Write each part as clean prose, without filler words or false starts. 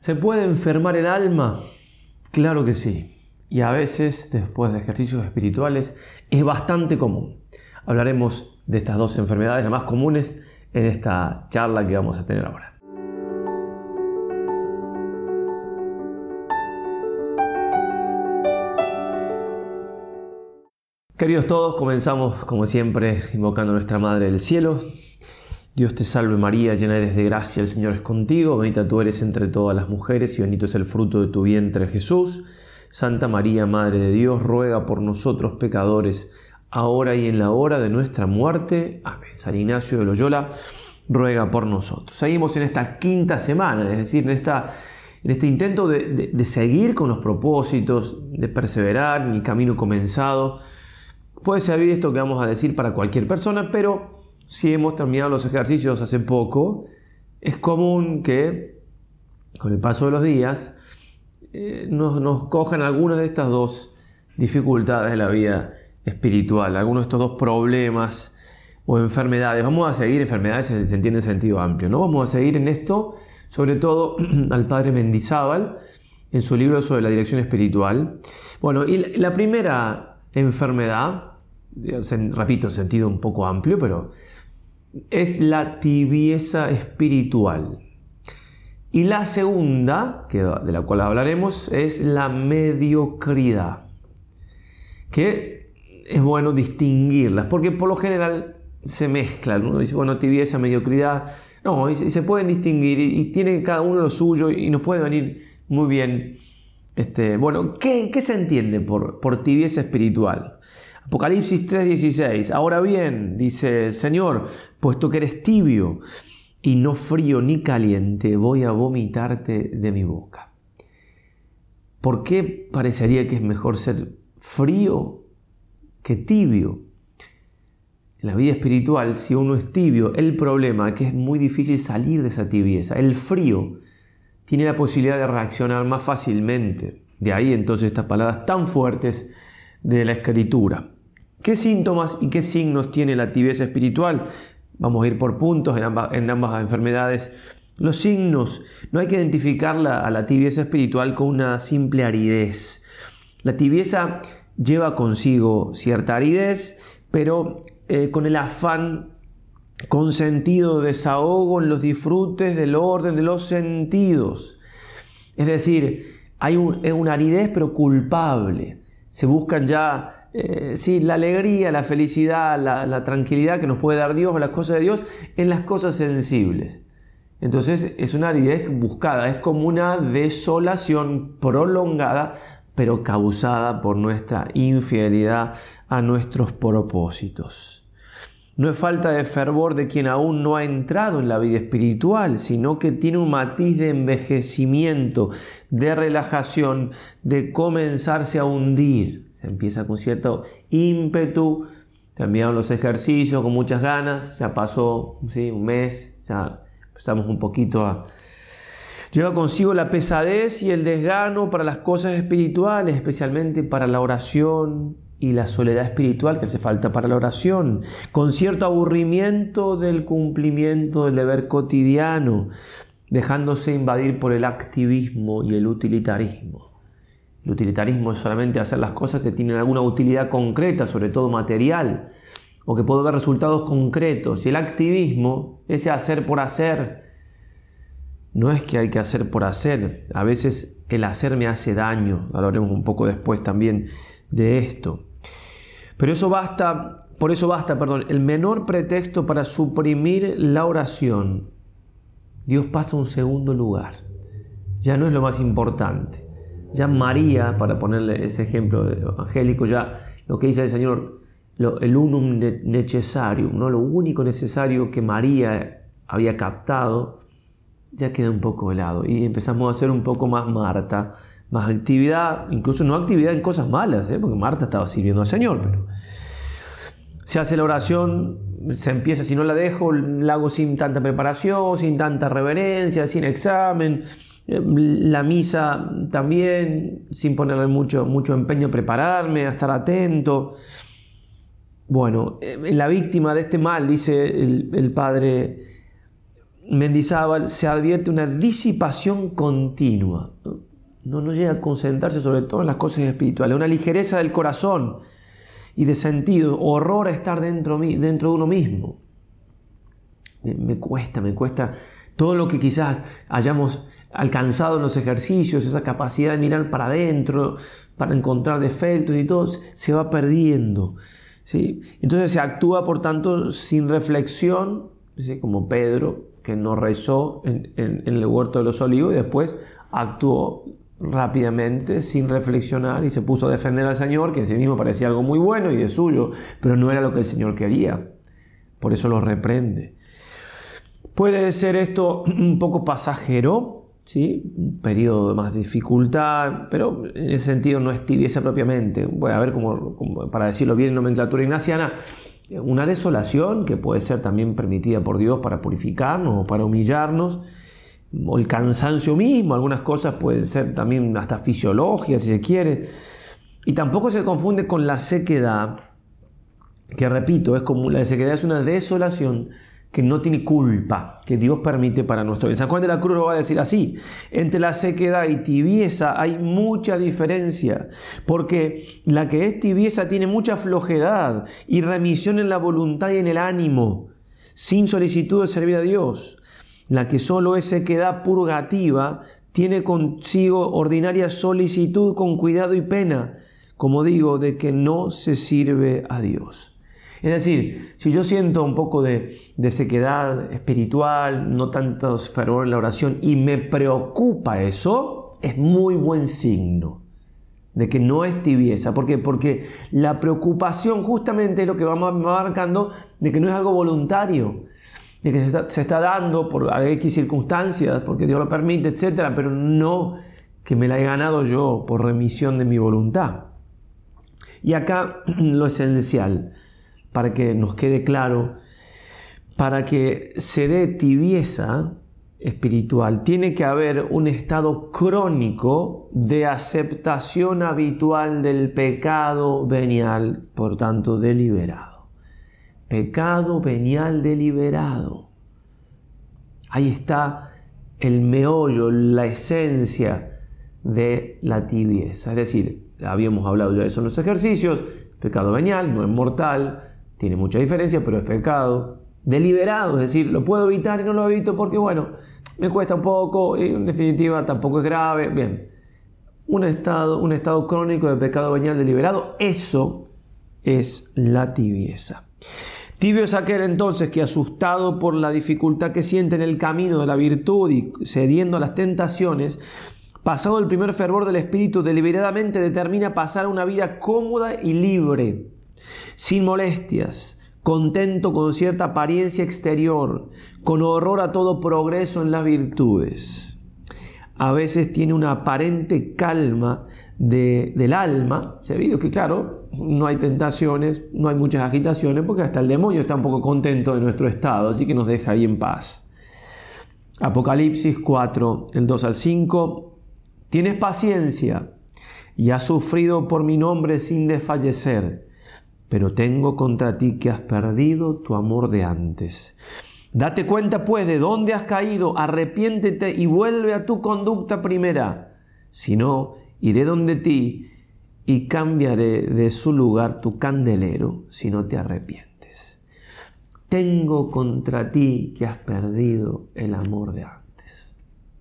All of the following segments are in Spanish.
¿Se puede enfermar el alma? Claro que sí. Y a veces, después de ejercicios espirituales, es bastante común. Hablaremos de estas dos enfermedades, las más comunes, en esta charla que vamos a tener ahora. Queridos todos, comenzamos como siempre invocando a nuestra Madre del Cielo. Dios te salve María, llena eres de gracia, el Señor es contigo, bendita tú eres entre todas las mujeres y bendito es el fruto de tu vientre Jesús. Santa María, Madre de Dios, ruega por nosotros pecadores, ahora y en la hora de nuestra muerte. Amén. San Ignacio de Loyola ruega por nosotros. Seguimos en esta quinta semana, es decir, en este intento de seguir con los propósitos, de perseverar en el camino comenzado. Puede servir esto que vamos a decir para cualquier persona, pero si hemos terminado los ejercicios hace poco, es común que con el paso de los días nos cojan algunas de estas dos dificultades de la vida espiritual, algunos de estos dos problemas o enfermedades. Vamos a seguir enfermedades, se entiende en sentido amplio, ¿no? Vamos a seguir en esto, sobre todo al padre Mendizábal, en su libro sobre la dirección espiritual. Bueno, y la primera enfermedad, repito, en sentido un poco amplio, pero es la tibieza espiritual. Y la segunda, de la cual hablaremos, es la mediocridad. Que es bueno distinguirlas, porque por lo general se mezclan. Uno dice, bueno, tibieza, mediocridad. No, y se pueden distinguir y tiene cada uno lo suyo y nos puede venir muy bien. Bueno, ¿qué se entiende por tibieza espiritual? Apocalipsis 3:16. Ahora bien, dice el Señor, puesto que eres tibio y no frío ni caliente, voy a vomitarte de mi boca. ¿Por qué parecería que es mejor ser frío que tibio? En la vida espiritual, si uno es tibio, el problema es que es muy difícil salir de esa tibieza. El frío tiene la posibilidad de reaccionar más fácilmente. De ahí entonces estas palabras tan fuertes de la Escritura. ¿Qué síntomas y qué signos tiene la tibieza espiritual? Vamos a ir por puntos en ambas enfermedades. Los signos, no hay que identificar a la tibieza espiritual con una simple aridez. La tibieza lleva consigo cierta aridez, pero con el afán con sentido de desahogo en los disfrutes del orden de los sentidos. Es decir, hay una aridez pero culpable. Se buscan ya la alegría, la felicidad, la tranquilidad que nos puede dar Dios o las cosas de Dios en las cosas sensibles. Entonces es una aridez buscada, es como una desolación prolongada pero causada por nuestra infidelidad a nuestros propósitos. No es falta de fervor de quien aún no ha entrado en la vida espiritual, sino que tiene un matiz de envejecimiento, de relajación, de comenzarse a hundir. Se empieza con cierto ímpetu, terminaron los ejercicios con muchas ganas, ya pasó un mes, ya empezamos un poquito a... Lleva consigo la pesadez y el desgano para las cosas espirituales, especialmente para la oración y la soledad espiritual que hace falta para la oración, con cierto aburrimiento del cumplimiento del deber cotidiano, dejándose invadir por el activismo y el utilitarismo. El utilitarismo es solamente hacer las cosas que tienen alguna utilidad concreta, sobre todo material, o que puede dar resultados concretos. Y el activismo, ese hacer por hacer, no es que hay que hacer por hacer. A veces el hacer me hace daño. Hablaremos un poco después también de esto. Pero por eso basta el menor pretexto para suprimir la oración. Dios pasa a un segundo lugar. Ya no es lo más importante. Ya María, para ponerle ese ejemplo evangélico, ya lo que dice el Señor, el unum necessarium, ¿no? Lo único necesario que María había captado, ya queda un poco de lado. Y empezamos a hacer un poco más Marta, más actividad, incluso no actividad en cosas malas, porque Marta estaba sirviendo al Señor, pero se hace la oración, se empieza, si no la dejo, la hago sin tanta preparación, sin tanta reverencia, sin examen, la misa también, sin ponerle mucho empeño a prepararme, a estar atento. Bueno, la víctima de este mal, dice el padre Mendizábal se advierte una disipación continua. No llega a concentrarse sobre todo en las cosas espirituales, una ligereza del corazón y de sentido, horror a estar dentro de uno mismo. Me cuesta todo lo que quizás hayamos alcanzado en los ejercicios, esa capacidad de mirar para adentro, para encontrar defectos y todo, se va perdiendo, ¿sí? Entonces se actúa, por tanto, sin reflexión, ¿sí? Como Pedro, que no rezó en el huerto de los olivos y después actuó rápidamente, sin reflexionar, y se puso a defender al Señor, que en sí mismo parecía algo muy bueno y de suyo, pero no era lo que el Señor quería. Por eso lo reprende. Puede ser esto un poco pasajero, ¿sí? Un periodo de más dificultad, pero en ese sentido no es tibieza propiamente. Voy a ver como para decirlo bien en nomenclatura ignaciana, una desolación que puede ser también permitida por Dios para purificarnos o para humillarnos, o el cansancio mismo, algunas cosas pueden ser también hasta fisiológicas si se quiere, y tampoco se confunde con la sequedad, que repito, es como la sequedad es una desolación que no tiene culpa, que Dios permite para nuestro bien. San Juan de la Cruz lo va a decir así: entre la sequedad y tibieza hay mucha diferencia, porque la que es tibieza tiene mucha flojedad y remisión en la voluntad y en el ánimo, sin solicitud de servir a Dios. La que solo es sequedad purgativa tiene consigo ordinaria solicitud con cuidado y pena, como digo, de que no se sirve a Dios. Es decir, si yo siento un poco de sequedad espiritual, no tanto fervor en la oración, y me preocupa eso, es muy buen signo de que no es tibieza. ¿Por qué? Porque la preocupación justamente es lo que va marcando de que no es algo voluntario, de que se está dando por X circunstancias, porque Dios lo permite, etc., pero no que me la he ganado yo por remisión de mi voluntad. Y acá lo esencial, para que nos quede claro, para que se dé tibieza espiritual, tiene que haber un estado crónico de aceptación habitual del pecado venial, por tanto deliberado. Pecado venial deliberado. Ahí está el meollo, la esencia de la tibieza. Es decir, habíamos hablado ya de eso en los ejercicios. Pecado venial no es mortal, tiene mucha diferencia, pero es pecado deliberado. Es decir, lo puedo evitar y no lo evito porque, bueno, me cuesta un poco y en definitiva tampoco es grave. Bien, un estado crónico de pecado venial deliberado, eso es la tibieza. Tibio es aquel entonces que, asustado por la dificultad que siente en el camino de la virtud y cediendo a las tentaciones, pasado el primer fervor del espíritu, deliberadamente determina pasar una vida cómoda y libre, sin molestias, contento con cierta apariencia exterior, con horror a todo progreso en las virtudes. A veces tiene una aparente calma del alma, sabido que claro, no hay tentaciones, no hay muchas agitaciones, porque hasta el demonio está un poco contento de nuestro estado, así que nos deja ahí en paz. Apocalipsis 4, del 2 al 5, tienes paciencia y has sufrido por mi nombre sin desfallecer, pero tengo contra ti que has perdido tu amor de antes. Date cuenta pues de dónde has caído, arrepiéntete y vuelve a tu conducta primera. Si no, iré donde ti y cambiaré de su lugar tu candelero si no te arrepientes. Tengo contra ti que has perdido el amor de antes.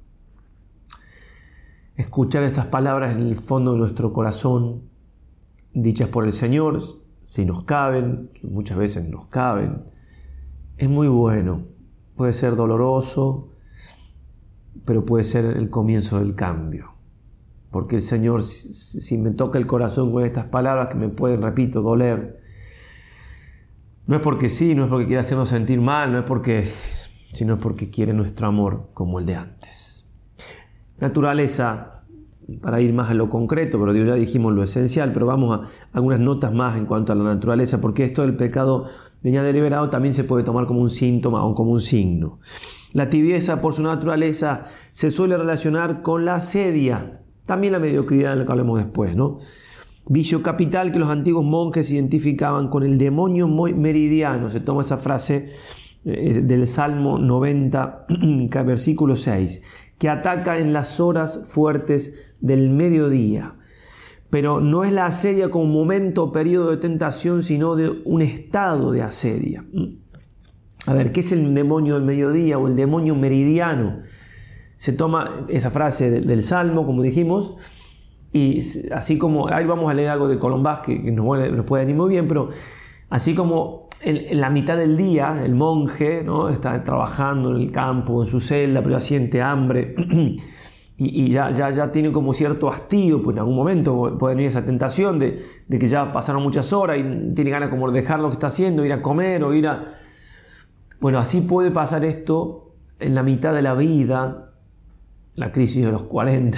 Escuchar estas palabras en el fondo de nuestro corazón, dichas por el Señor, si nos caben, que muchas veces nos caben, es muy bueno. Puede ser doloroso, pero puede ser el comienzo del cambio. Porque el Señor, si me toca el corazón con estas palabras que me pueden, repito, doler, no es porque sí, no es porque quiera hacernos sentir mal, sino es porque quiere nuestro amor como el de antes. Naturaleza, para ir más a lo concreto, pero ya dijimos lo esencial, pero vamos a algunas notas más en cuanto a la naturaleza, porque esto del pecado venial deliberado también se puede tomar como un síntoma o como un signo. La tibieza, por su naturaleza, se suele relacionar con la asedia, también la mediocridad, de lo que hablemos después, ¿no? Vicio capital que los antiguos monjes identificaban con el demonio meridiano. Se toma esa frase del Salmo 90, versículo 6, que ataca en las horas fuertes del mediodía. Pero no es la asedia como momento o periodo de tentación, sino de un estado de asedia. A ver, ¿qué es el demonio del mediodía o el demonio meridiano? Se toma esa frase del Salmo, como dijimos, y así como, ahí vamos a leer algo de Colombás que nos puede venir muy bien, pero así como en la mitad del día el monje, ¿no?, está trabajando en el campo, en su celda, pero ya siente hambre y ya tiene como cierto hastío, pues en algún momento puede venir esa tentación de que ya pasaron muchas horas y tiene ganas como de dejar lo que está haciendo, ir a comer o ir a... Bueno, así puede pasar esto en la mitad de la vida, la crisis de los 40,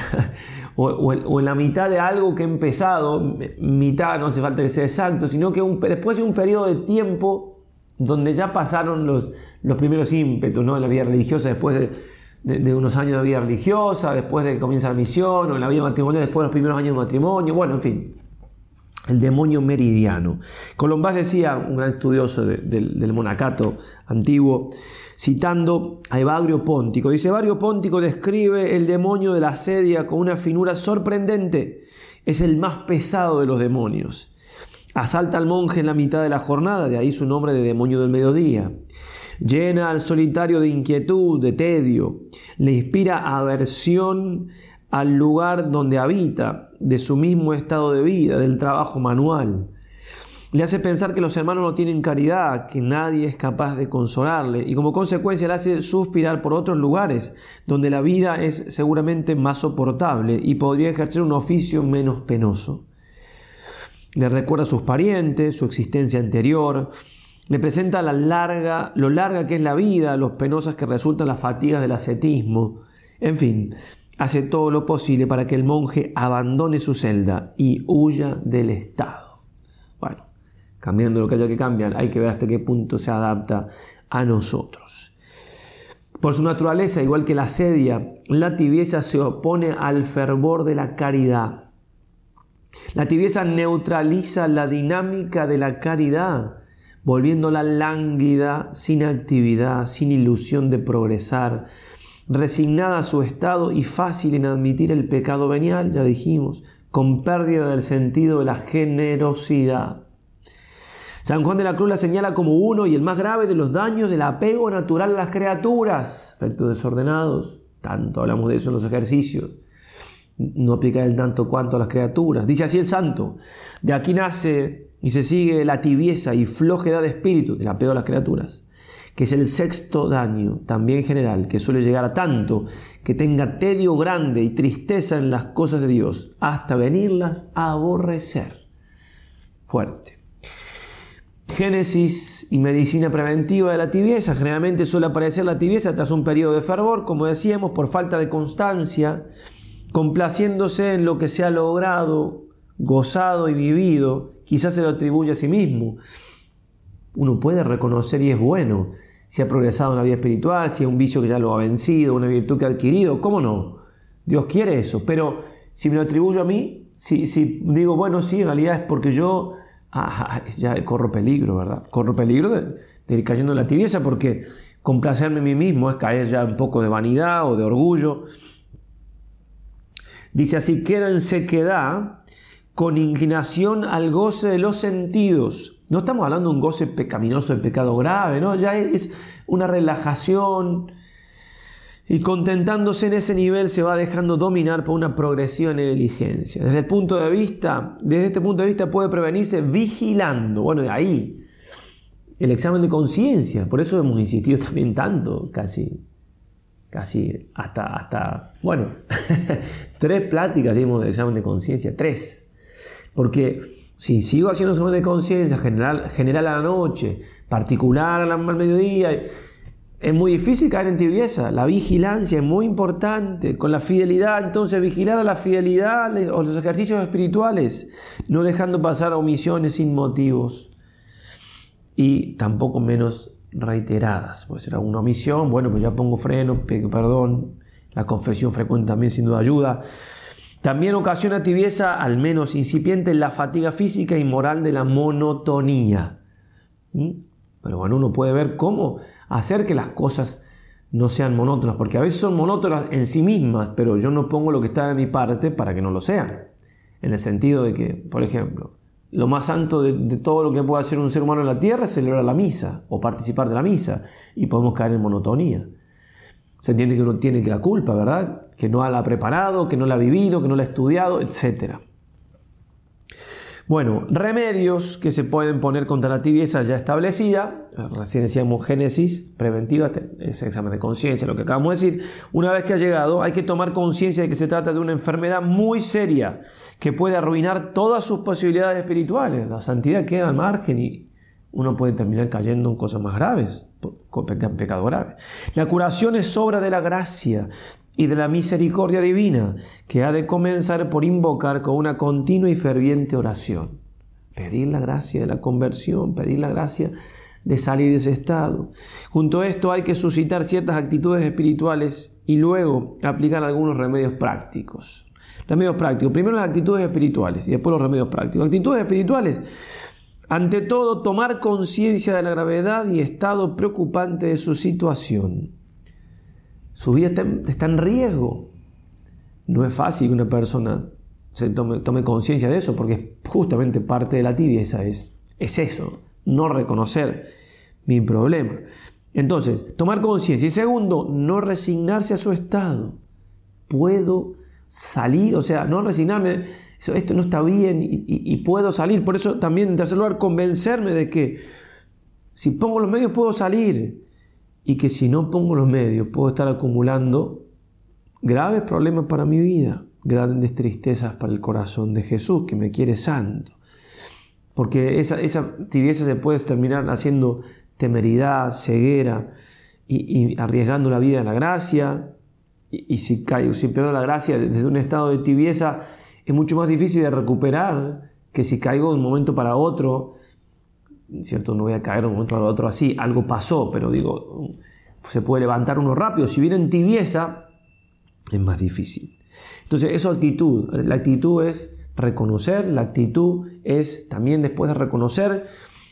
o en la mitad de algo que ha empezado, mitad, no hace falta que sea exacto, sino que después de un periodo de tiempo donde ya pasaron los primeros ímpetus, ¿no?, en la vida religiosa, después de unos años de vida religiosa, después de que comienza la misión, o en la vida matrimonial, después de los primeros años de matrimonio, bueno, en fin. El demonio meridiano. Colombás decía, un gran estudioso del monacato antiguo, citando a Evagrio Póntico, dice: Evagrio Póntico describe el demonio de la asedia con una finura sorprendente. Es el más pesado de los demonios. Asalta al monje en la mitad de la jornada, de ahí su nombre de demonio del mediodía. Llena al solitario de inquietud, de tedio. Le inspira aversión al lugar donde habita, de su mismo estado de vida, del trabajo manual. Le hace pensar que los hermanos no tienen caridad, que nadie es capaz de consolarle, y como consecuencia le hace suspirar por otros lugares, donde la vida es seguramente más soportable y podría ejercer un oficio menos penoso. Le recuerda a sus parientes, su existencia anterior, le presenta lo larga que es la vida, los penosas que resultan las fatigas del ascetismo, en fin, hace todo lo posible para que el monje abandone su celda y huya del estado. Bueno, cambiando lo que haya que cambiar, hay que ver hasta qué punto se adapta a nosotros. Por su naturaleza, igual que la asedia, la tibieza se opone al fervor de la caridad. La tibieza neutraliza la dinámica de la caridad, volviéndola lánguida, sin actividad, sin ilusión de progresar, resignada a su estado y fácil en admitir el pecado venial, ya dijimos, con pérdida del sentido de la generosidad. San Juan de la Cruz la señala como uno y el más grave de los daños del apego natural a las criaturas, efectos desordenados. Tanto hablamos de eso en los ejercicios. No aplica el tanto cuanto a las criaturas. Dice así el santo: de aquí nace y se sigue la tibieza y flojedad de espíritu, del apego a las criaturas, que es el sexto daño, también general, que suele llegar a tanto que tenga tedio grande y tristeza en las cosas de Dios, hasta venirlas a aborrecer. Fuerte. Génesis y medicina preventiva de la tibieza. Generalmente suele aparecer la tibieza tras un periodo de fervor, como decíamos, por falta de constancia, complaciéndose en lo que se ha logrado, gozado y vivido, quizás se lo atribuye a sí mismo. Uno puede reconocer, y es bueno, si ha progresado en la vida espiritual, si es un vicio que ya lo ha vencido, una virtud que ha adquirido, ¿cómo no? Dios quiere eso, pero si me lo atribuyo a mí, si digo, bueno, sí, en realidad es porque yo ya corro peligro, ¿verdad? Corro peligro de ir cayendo en la tibieza, porque complacerme a mí mismo es caer ya un poco de vanidad o de orgullo. Dice así: queda en sequedad con inclinación al goce de los sentidos. No estamos hablando de un goce pecaminoso, de pecado grave, ¿no? Ya es una relajación, y contentándose en ese nivel se va dejando dominar por una progresión en diligencia. Desde este punto de vista puede prevenirse vigilando. Bueno, de ahí el examen de conciencia. Por eso hemos insistido también tanto, casi hasta bueno, 3 pláticas dimos del examen de conciencia, 3. Porque si sigo haciendo examen de conciencia general a la noche, particular al mediodía, es muy difícil caer en tibieza. La vigilancia es muy importante. Con la fidelidad, entonces, vigilar a la fidelidad o los ejercicios espirituales, no dejando pasar omisiones sin motivos, y tampoco menos reiteradas. Puede ser alguna omisión, bueno, pues ya pongo freno, perdón. La confesión frecuente también sin duda ayuda. También ocasiona tibieza, al menos incipiente, la fatiga física y moral de la monotonía. Pero bueno, uno puede ver cómo hacer que las cosas no sean monótonas, porque a veces son monótonas en sí mismas, pero yo no pongo lo que está de mi parte para que no lo sean. En el sentido de que, por ejemplo, lo más santo de todo lo que puede hacer un ser humano en la tierra es celebrar la misa o participar de la misa, y podemos caer en monotonía. Se entiende que uno tiene que la culpa, ¿verdad? Que no la ha preparado, que no la ha vivido, que no la ha estudiado, etc. Bueno, remedios que se pueden poner contra la tibieza ya establecida. Recién decíamos Génesis, preventiva, ese examen de conciencia, lo que acabamos de decir. Una vez que ha llegado, hay que tomar conciencia de que se trata de una enfermedad muy seria que puede arruinar todas sus posibilidades espirituales. La santidad queda al margen y uno puede terminar cayendo en cosas más graves, con pecado grave. La curación es obra de la gracia y de la misericordia divina, que ha de comenzar por invocar con una continua y ferviente oración. Pedir la gracia de la conversión, pedir la gracia de salir de ese estado. Junto a esto hay que suscitar ciertas actitudes espirituales y luego aplicar algunos remedios prácticos. Remedios prácticos. Primero las actitudes espirituales y después los remedios prácticos. Actitudes espirituales. Ante todo, tomar conciencia de la gravedad y estado preocupante de su situación. Su vida está en riesgo. No es fácil que una persona se tome conciencia de eso, porque justamente parte de la tibieza es eso, no reconocer mi problema. Entonces, tomar conciencia. Y segundo, no resignarse a su estado. Puedo salir, o sea, no resignarme, esto no está bien y puedo salir. Por eso también, en tercer lugar, convencerme de que si pongo los medios puedo salir, y que si no pongo los medios puedo estar acumulando graves problemas para mi vida, grandes tristezas para el corazón de Jesús, que me quiere santo. Porque esa tibieza se puede terminar haciendo temeridad, ceguera y arriesgando la vida de la gracia. Y si pierdo la gracia desde un estado de tibieza, es mucho más difícil de recuperar que si caigo de un momento para otro. ¿Cierto? No voy a caer de un momento para otro así, algo pasó, pero digo, se puede levantar uno rápido. Si viene en tibieza, es más difícil. Entonces, eso es actitud. La actitud es reconocer, la actitud es también, después de reconocer,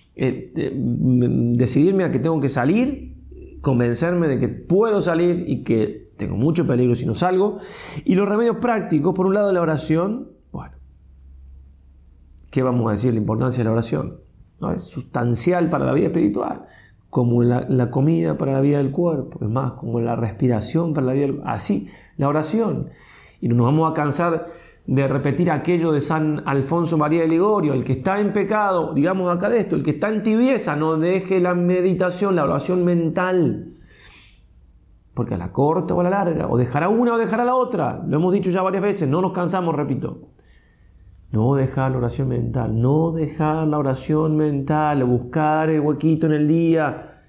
decidirme a que tengo que salir, convencerme de que puedo salir y que tengo mucho peligro si no salgo. Y los remedios prácticos, por un lado la oración. Bueno, ¿qué vamos a decir? La importancia de la oración, ¿no? Es sustancial para la vida espiritual, como la comida para la vida del cuerpo, es más, como la respiración para la vida del cuerpo. Así, la oración. Y no nos vamos a cansar de repetir aquello de San Alfonso María de Ligorio: el que está en pecado, digamos acá de esto, el que está en tibieza, no deje la meditación, la oración mental, porque a la corta o a la larga, o dejará una o dejará la otra. Lo hemos dicho ya varias veces, no nos cansamos, repito. No dejar la oración mental, no dejar la oración mental, buscar el huequito en el día,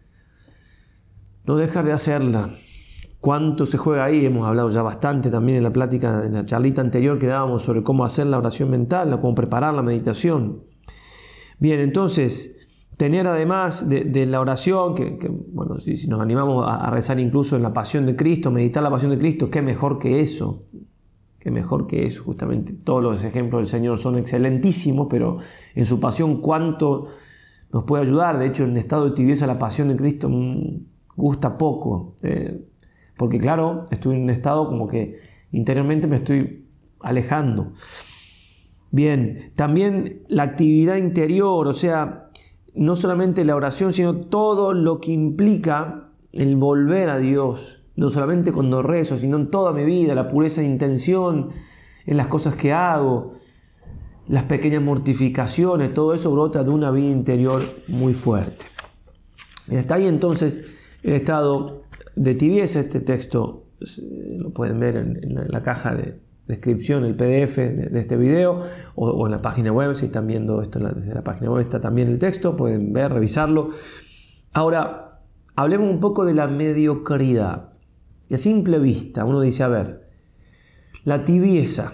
no dejar de hacerla. ¿Cuánto se juega ahí? Hemos hablado ya bastante también en la plática, en la charlita anterior que dábamos sobre cómo hacer la oración mental, cómo preparar la meditación. Bien, entonces, tener además de la oración, bueno, si nos animamos a rezar incluso en la Pasión de Cristo, meditar la Pasión de Cristo, qué mejor que eso. Qué mejor que eso, justamente. Todos los ejemplos del Señor son excelentísimos, pero en su pasión cuánto nos puede ayudar. De hecho, en estado de tibieza la Pasión de Cristo gusta poco, porque claro, estoy en un estado como que interiormente me estoy alejando. Bien, también la actividad interior, o sea, no solamente la oración, sino todo lo que implica el volver a Dios. No solamente cuando rezo, sino en toda mi vida, la pureza de intención, en las cosas que hago, las pequeñas mortificaciones, todo eso brota de una vida interior muy fuerte. Y hasta ahí entonces el estado de tibieza. Este texto lo pueden ver en la caja de descripción, el PDF de este video, o en la página web. Si están viendo esto desde la página web está también el texto, pueden ver, revisarlo. Ahora, hablemos un poco de la mediocridad. Y a simple vista uno dice, a ver, la tibieza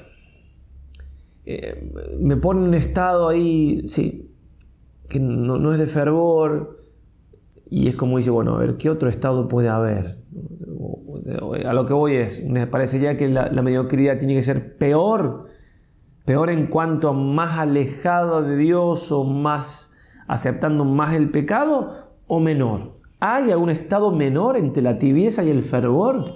me pone en un estado ahí, sí, que no es de fervor, y es como dice, bueno, a ver, ¿qué otro estado puede haber? A lo que voy me parecería que la mediocridad tiene que ser peor en cuanto a más alejado de Dios, o más aceptando más el pecado, o menor. ¿Hay algún estado menor entre la tibieza y el fervor?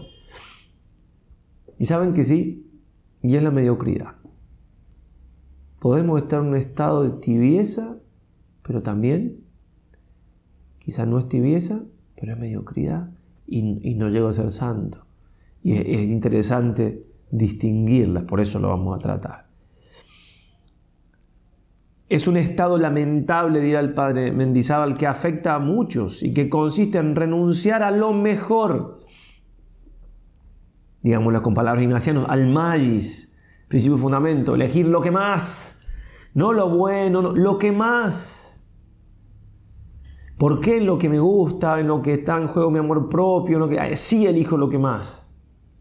Y saben que sí, y es la mediocridad. Podemos estar en un estado de tibieza, pero también, quizás no es tibieza, pero es mediocridad, y no llego a ser santo. Y es interesante distinguirlas, por eso lo vamos a tratar. Es un estado lamentable, dirá el padre Mendizábal, que afecta a muchos y que consiste en renunciar a lo mejor, digámoslo con palabras ignacianas, al magis, principio y fundamento, elegir lo que más, no lo bueno, no, lo que más. ¿Por qué en lo que me gusta, en lo que está en juego mi amor propio, en lo que sí elijo lo que más?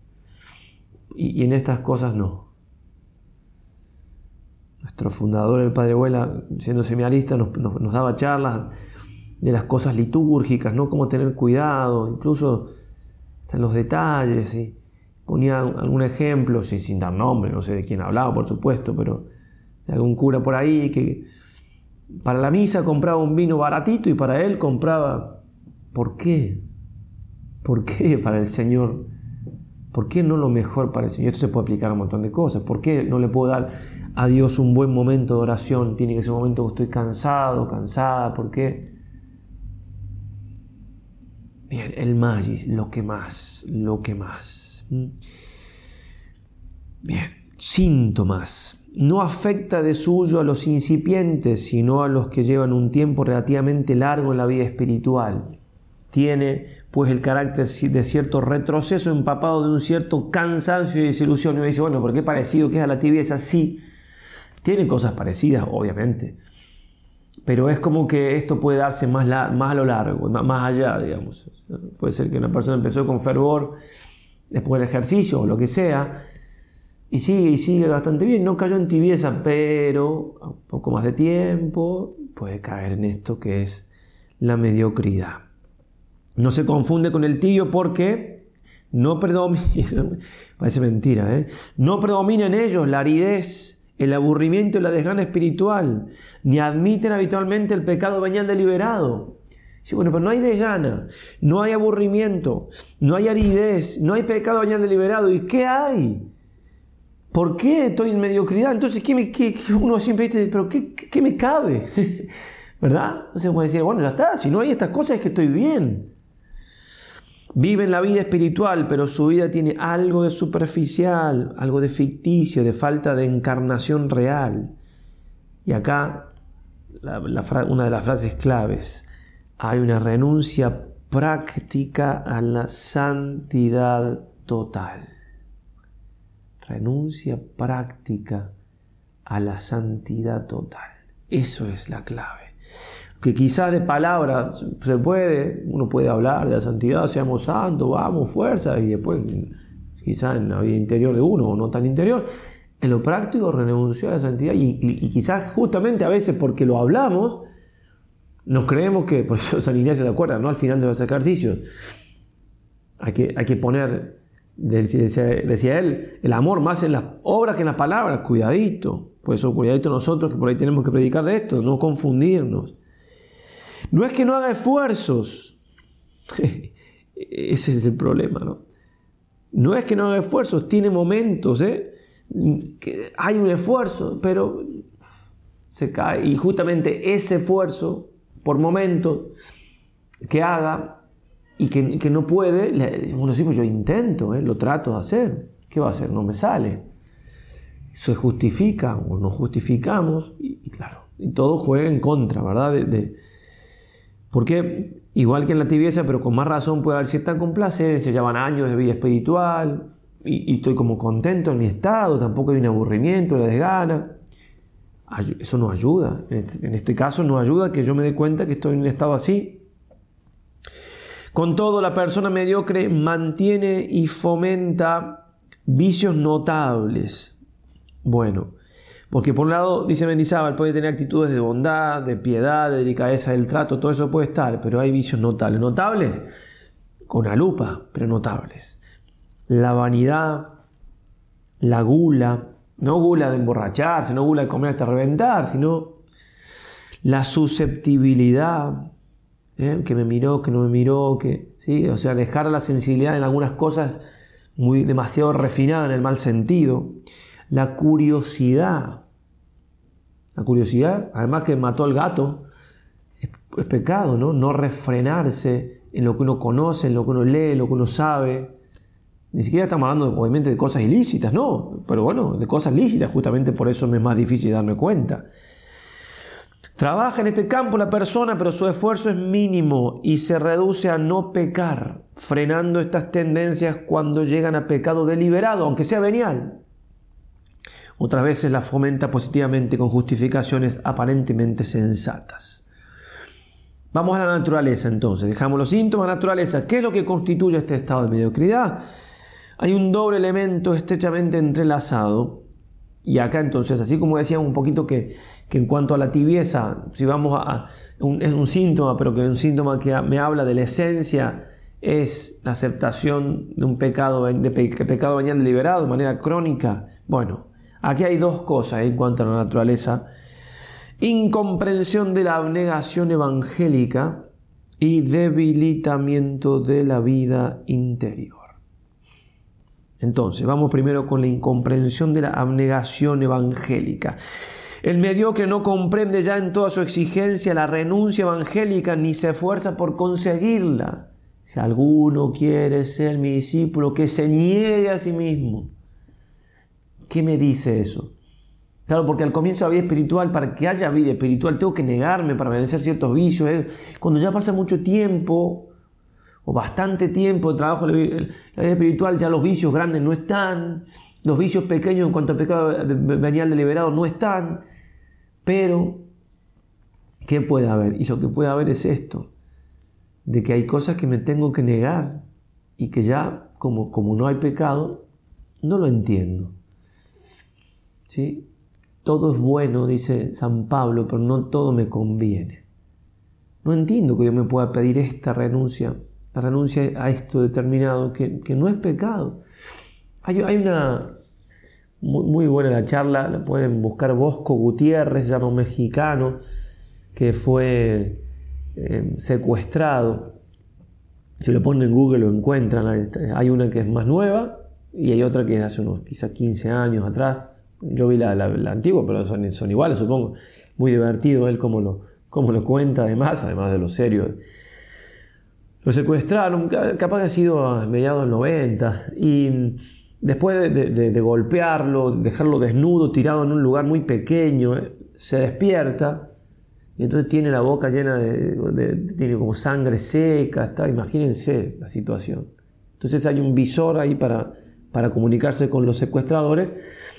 Y en estas cosas no. Nuestro fundador, el padre Huela, siendo seminarista, nos daba charlas de las cosas litúrgicas, ¿no? Cómo tener cuidado, incluso hasta en los detalles. ¿Sí? Ponía algún ejemplo, sin dar nombre, no sé de quién hablaba, por supuesto, pero de algún cura por ahí que para la misa compraba un vino baratito y para él compraba... ¿Por qué? ¿Por qué para el Señor? ¿Por qué no lo mejor para el Señor? Esto se puede aplicar a un montón de cosas. ¿Por qué no le puedo dar a Dios un buen momento de oración? Tiene que ser un momento que estoy cansado, cansada. ¿Por qué? Bien, el magis, lo que más. Bien, síntomas. No afecta de suyo a los incipientes, sino a los que llevan un tiempo relativamente largo en la vida espiritual. Tiene pues el carácter de cierto retroceso empapado de un cierto cansancio y desilusión. Y uno dice, bueno, ¿por qué parecido que es a la tibieza? Sí, tiene cosas parecidas, obviamente. Pero es como que esto puede darse más a lo largo, más allá, digamos. Puede ser que una persona empezó con fervor después del ejercicio o lo que sea, y sigue bastante bien. No cayó en tibieza, pero a un poco más de tiempo puede caer en esto que es la mediocridad. No se confunde con el tibio porque no predomina, parece mentira, no predomina en ellos la aridez, el aburrimiento y la desgana espiritual, ni admiten habitualmente el pecado venial deliberado. Sí, bueno, pero no hay desgana, no hay aburrimiento, no hay aridez, no hay pecado venial deliberado. ¿Y qué hay? ¿Por qué estoy en mediocridad? Entonces, uno siempre dice, pero ¿qué me cabe? ¿Verdad? Entonces uno puede decir, bueno, ya está, si no hay estas cosas es que estoy bien. Viven la vida espiritual, pero su vida tiene algo de superficial, algo de ficticio, de falta de encarnación real. Y acá, una de las frases claves, hay una renuncia práctica a la santidad total. Renuncia práctica a la santidad total. Eso es la clave. Que quizás de palabras uno puede hablar de la santidad, seamos santos, vamos, fuerza, y después quizás en la vida interior de uno o no tan interior, en lo práctico renunció a la santidad y quizás justamente a veces porque lo hablamos, nos creemos que, por eso San Ignacio se acuerda, ¿no? Al final de los ejercicios hay que poner, decía él, el amor más en las obras que en las palabras. Cuidadito, por eso cuidadito nosotros que por ahí tenemos que predicar de esto, no confundirnos. No es que no haga esfuerzos, ese es el problema, ¿no? No es que no haga esfuerzos, tiene momentos, que hay un esfuerzo, pero se cae, y justamente ese esfuerzo por momentos que haga y que no puede, uno dice, pues yo intento, lo trato de hacer, ¿qué va a hacer? No me sale. Se justifica o nos justificamos y claro, y todo juega en contra, ¿verdad? Porque igual que en la tibieza, pero con más razón puede haber cierta complacencia, ya van años de vida espiritual y estoy como contento en mi estado, tampoco hay un aburrimiento, una desgana. Eso no ayuda, en este caso no ayuda que yo me dé cuenta que estoy en un estado así. Con todo, la persona mediocre mantiene y fomenta vicios notables. Bueno, porque por un lado, dice Mendizábal, puede tener actitudes de bondad, de piedad, de delicadeza del trato, todo eso puede estar, pero hay vicios notables. Notables con la lupa, pero notables. La vanidad, la gula, no gula de emborracharse, no gula de comer hasta reventar, sino la susceptibilidad, que me miró, que no me miró, ¿sí? O sea, dejar la sensibilidad en algunas cosas demasiado refinada en el mal sentido. La curiosidad, además que mató al gato, es pecado, ¿no? No refrenarse en lo que uno conoce, en lo que uno lee, en lo que uno sabe. Ni siquiera estamos hablando, obviamente, de cosas ilícitas, no, pero bueno, de cosas lícitas, justamente por eso me es más difícil darme cuenta. Trabaja en este campo la persona, pero su esfuerzo es mínimo y se reduce a no pecar, frenando estas tendencias cuando llegan a pecado deliberado, aunque sea venial. Otras veces las fomenta positivamente con justificaciones aparentemente sensatas. Vamos a la naturaleza entonces, dejamos los síntomas, naturaleza. ¿Qué es lo que constituye este estado de mediocridad? Hay un doble elemento estrechamente entrelazado. Y acá entonces, así como decíamos un poquito que en cuanto a la tibieza, si vamos es un síntoma, pero que es un síntoma que me habla de la esencia, es la aceptación de un pecado venial deliberado de manera crónica. Bueno, aquí hay dos cosas en cuanto a la naturaleza: incomprensión de la abnegación evangélica y debilitamiento de la vida interior. Entonces, vamos primero con la incomprensión de la abnegación evangélica. El mediocre no comprende ya en toda su exigencia la renuncia evangélica ni se esfuerza por conseguirla. Si alguno quiere ser mi discípulo, que se niegue a sí mismo. ¿Qué me dice eso? Claro, porque al comienzo de la vida espiritual, para que haya vida espiritual, tengo que negarme para vencer ciertos vicios. Cuando ya pasa mucho tiempo, o bastante tiempo de trabajo en la vida espiritual, ya los vicios grandes no están, los vicios pequeños en cuanto a pecado venial deliberado no están, pero ¿qué puede haber? Y lo que puede haber es esto, de que hay cosas que me tengo que negar y que ya, como no hay pecado, no lo entiendo. ¿Sí? Todo es bueno, dice San Pablo, pero no todo me conviene. No entiendo que Dios me pueda pedir esta renuncia, la renuncia a esto determinado, que no es pecado. Hay una muy buena la charla, la pueden buscar, Bosco Gutiérrez, se llama un mexicano que fue secuestrado. Si lo ponen en Google lo encuentran. Hay una que es más nueva y hay otra que es hace unos quizás 15 años atrás. Yo vi la antigua, pero son iguales, supongo. Muy divertido él cómo lo cuenta, además de lo serio. Lo secuestraron, capaz que ha sido a mediados del 90, y después de golpearlo, dejarlo desnudo, tirado en un lugar muy pequeño, se despierta y entonces tiene la boca llena tiene como sangre seca, imagínense la situación. Entonces hay un visor ahí para comunicarse con los secuestradores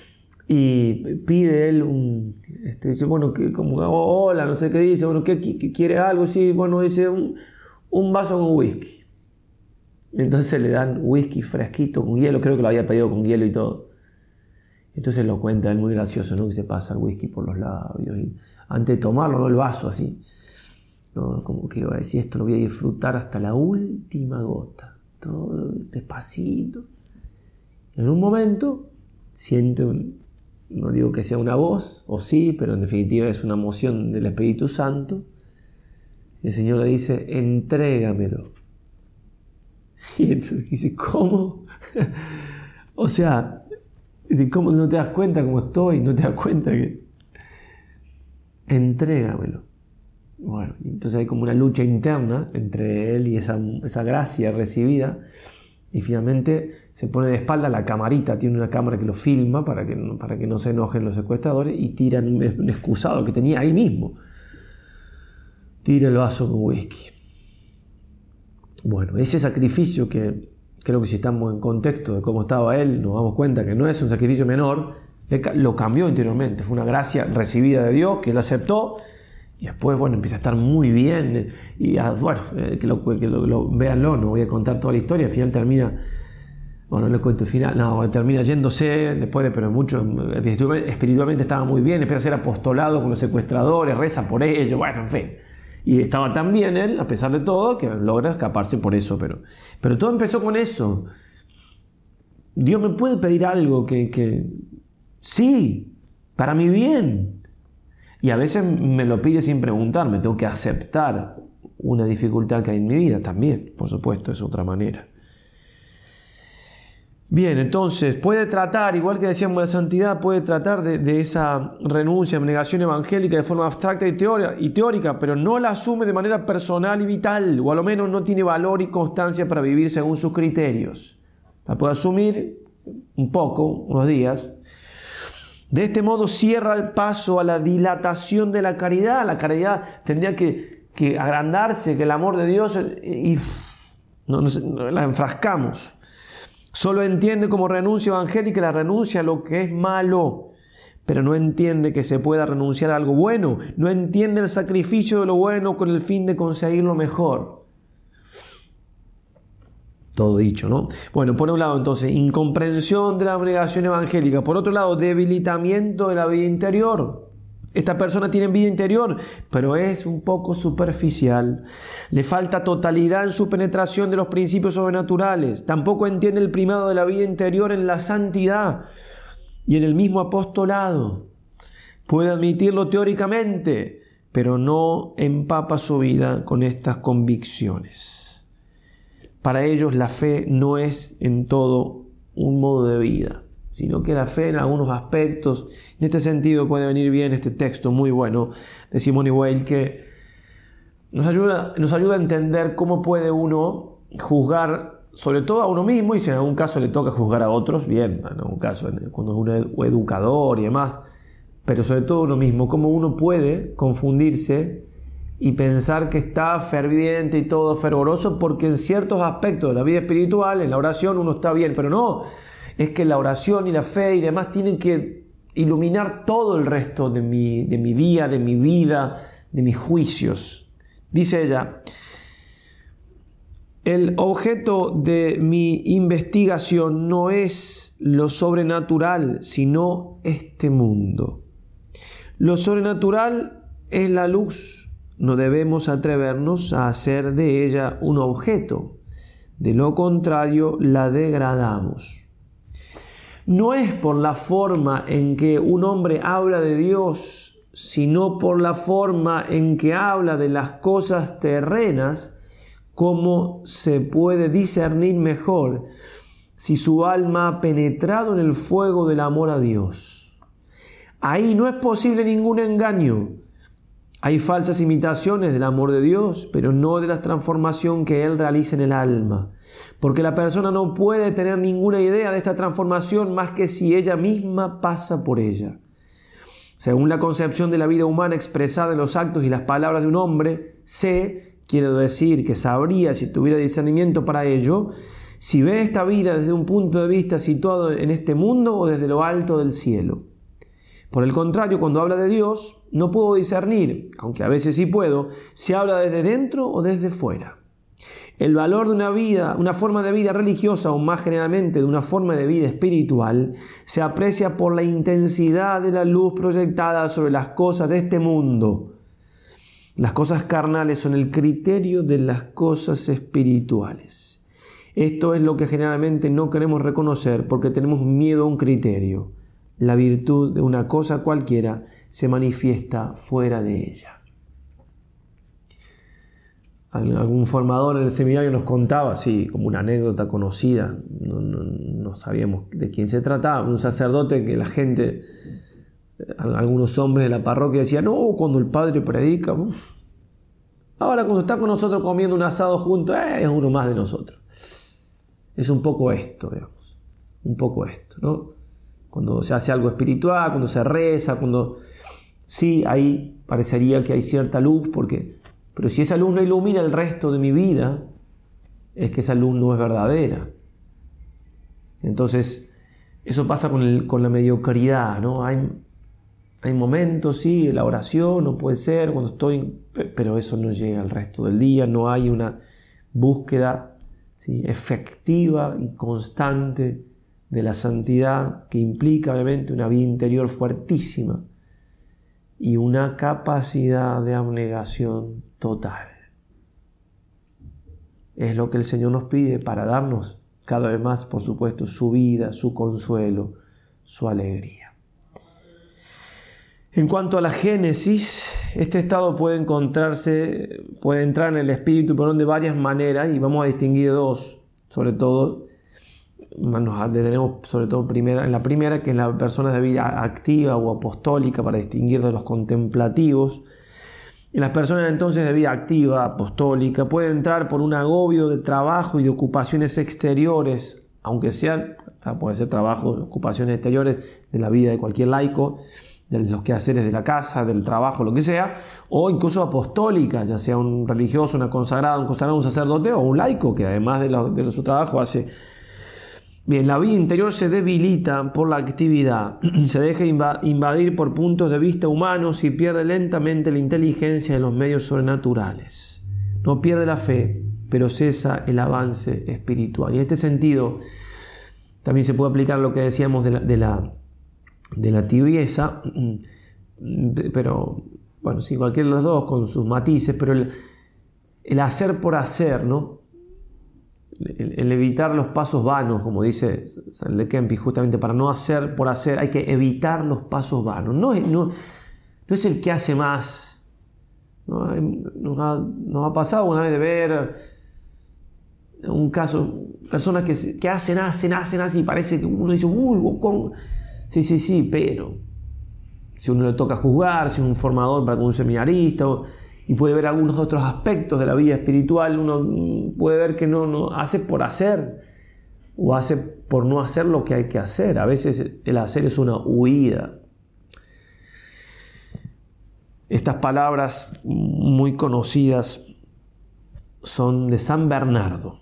y pide él dice, bueno, como hola, no sé qué dice, bueno, ¿qué quiere algo? Sí, bueno, dice un vaso con whisky. Entonces le dan whisky fresquito con hielo, creo que lo había pedido con hielo y todo. Entonces lo cuenta él, muy gracioso, ¿no? Que se pasa el whisky por los labios y antes de tomarlo, ¿no? El vaso así, ¿no? Como que va a decir, esto lo voy a disfrutar hasta la última gota, todo despacito. En un momento siente no digo que sea una voz, o sí, pero en definitiva es una moción del Espíritu Santo. El Señor le dice, entrégamelo. Y entonces dice, ¿cómo? O sea, ¿cómo no te das cuenta cómo estoy? ¿No te das cuenta que...? Entrégamelo. Bueno, entonces hay como una lucha interna entre él y esa gracia recibida. Y finalmente se pone de espalda a la camarita, tiene una cámara que lo filma para que no se enojen los secuestradores, y tiran un excusado que tenía ahí mismo. Tira el vaso con whisky. Bueno, ese sacrificio que creo que si estamos en contexto de cómo estaba él, nos damos cuenta que no es un sacrificio menor, lo cambió interiormente. Fue una gracia recibida de Dios que él aceptó y después, bueno, empieza a estar muy bien. Y bueno, véanlo, no voy a contar toda la historia. Al final termina, bueno, no le cuento el final, termina yéndose después pero mucho, espiritualmente estaba muy bien, empieza a hacer apostolado con los secuestradores, reza por ellos, bueno, en fin. Y estaba tan bien él, a pesar de todo, que logra escaparse por eso. Pero todo empezó con eso. Dios me puede pedir algo que sí, para mi bien. Y a veces me lo pide sin preguntar, me tengo que aceptar una dificultad que hay en mi vida también, por supuesto, es otra manera. Bien, entonces puede tratar, igual que decíamos la santidad, puede tratar de esa renuncia, abnegación evangélica de forma abstracta y teórica, pero no la asume de manera personal y vital, o a lo menos no tiene valor y constancia para vivir según sus criterios. La puede asumir un poco, unos días. De este modo cierra el paso a la dilatación de la caridad. La caridad tendría que agrandarse, que el amor de Dios, y no la enfrascamos. Solo entiende como renuncia evangélica la renuncia a lo que es malo, pero no entiende que se pueda renunciar a algo bueno. No entiende el sacrificio de lo bueno con el fin de conseguir lo mejor. Todo dicho, ¿no? Bueno, por un lado entonces, incomprensión de la abnegación evangélica. Por otro lado, debilitamiento de la vida interior. Esta persona tiene vida interior, pero es un poco superficial. Le falta totalidad en su penetración de los principios sobrenaturales. Tampoco entiende el primado de la vida interior en la santidad y en el mismo apostolado. Puede admitirlo teóricamente, pero no empapa su vida con estas convicciones. Para ellos la fe no es en todo un modo de vida, sino que la fe en algunos aspectos. En este sentido puede venir bien este texto muy bueno de Simone Weil, que nos ayuda a entender cómo puede uno juzgar sobre todo a uno mismo, y si en algún caso le toca juzgar a otros, bien, en algún caso cuando es un educador y demás, pero sobre todo uno mismo, cómo uno puede confundirse y pensar que está ferviente y todo fervoroso porque en ciertos aspectos de la vida espiritual, en la oración, uno está bien, pero no. Es que la oración y la fe y demás tienen que iluminar todo el resto de mi día, de mi vida, de mis juicios. Dice ella, el objeto de mi investigación no es lo sobrenatural, sino este mundo. Lo sobrenatural es la luz. No debemos atrevernos a hacer de ella un objeto. De lo contrario, la degradamos. No es por la forma en que un hombre habla de Dios, sino por la forma en que habla de las cosas terrenas, como se puede discernir mejor si su alma ha penetrado en el fuego del amor a Dios. Ahí no es posible ningún engaño. Hay falsas imitaciones del amor de Dios, pero no de la transformación que Él realiza en el alma. Porque la persona no puede tener ninguna idea de esta transformación más que si ella misma pasa por ella. Según la concepción de la vida humana expresada en los actos y las palabras de un hombre, quiero decir que sabría, si tuviera discernimiento para ello, si ve esta vida desde un punto de vista situado en este mundo o desde lo alto del cielo. Por el contrario, cuando habla de Dios, no puedo discernir, aunque a veces sí puedo, si habla desde dentro o desde fuera. El valor de una forma de vida religiosa, o más generalmente de una forma de vida espiritual, se aprecia por la intensidad de la luz proyectada sobre las cosas de este mundo. Las cosas carnales son el criterio de las cosas espirituales. Esto es lo que generalmente no queremos reconocer porque tenemos miedo a un criterio. La virtud de una cosa cualquiera se manifiesta fuera de ella. Algún formador en el seminario nos contaba, así como una anécdota conocida, no sabíamos de quién se trataba, un sacerdote que la gente, algunos hombres de la parroquia decían, no, cuando el padre predica, ahora cuando está con nosotros comiendo un asado juntos, es uno más de nosotros. Es un poco esto, digamos, un poco esto, ¿no? Cuando se hace algo espiritual, cuando se reza, cuando sí, ahí parecería que hay cierta luz, pero si esa luz no ilumina el resto de mi vida, es que esa luz no es verdadera. Entonces, eso pasa con la mediocridad, ¿no? Hay momentos, sí, la oración no puede ser, cuando estoy, pero eso no llega al resto del día, no hay una búsqueda, ¿sí?, efectiva y constante de la santidad, que implica obviamente una vida interior fuertísima y una capacidad de abnegación total. Es lo que el Señor nos pide para darnos cada vez más, por supuesto, su vida, su consuelo, su alegría. En cuanto a la génesis, Este estado puede entrar en el espíritu, pero de varias maneras, y vamos a distinguir dos, sobre todo. Nos detenemos sobre todo en la primera, que es la persona de vida activa o apostólica, para distinguir de los contemplativos. En las personas entonces de vida activa, apostólica, puede entrar por un agobio de trabajo y de ocupaciones exteriores, aunque sean, puede ser trabajo, ocupaciones exteriores de la vida de cualquier laico, de los quehaceres de la casa, del trabajo, lo que sea, o incluso apostólica, ya sea un religioso, una consagrada, un sacerdote o un laico, que además de su trabajo hace... Bien, la vida interior se debilita por la actividad, se deja invadir por puntos de vista humanos y pierde lentamente la inteligencia de los medios sobrenaturales. No pierde la fe, pero cesa el avance espiritual. Y en este sentido, también se puede aplicar lo que decíamos de la tibieza, pero, bueno, sí, cualquiera de los dos con sus matices, pero el hacer por hacer, ¿no? El evitar los pasos vanos, como dice San de Kempi, justamente para no hacer por hacer, hay que evitar los pasos vanos. No es el que hace más. Nos ha pasado una vez de ver un caso, personas que hacen y parece que uno dice, uy, sí, pero si uno le toca juzgar, si es un formador para un seminarista, y puede ver algunos otros aspectos de la vida espiritual, uno puede ver que no hace por hacer o hace por no hacer lo que hay que hacer. A veces el hacer es una huida. Estas palabras muy conocidas son de San Bernardo.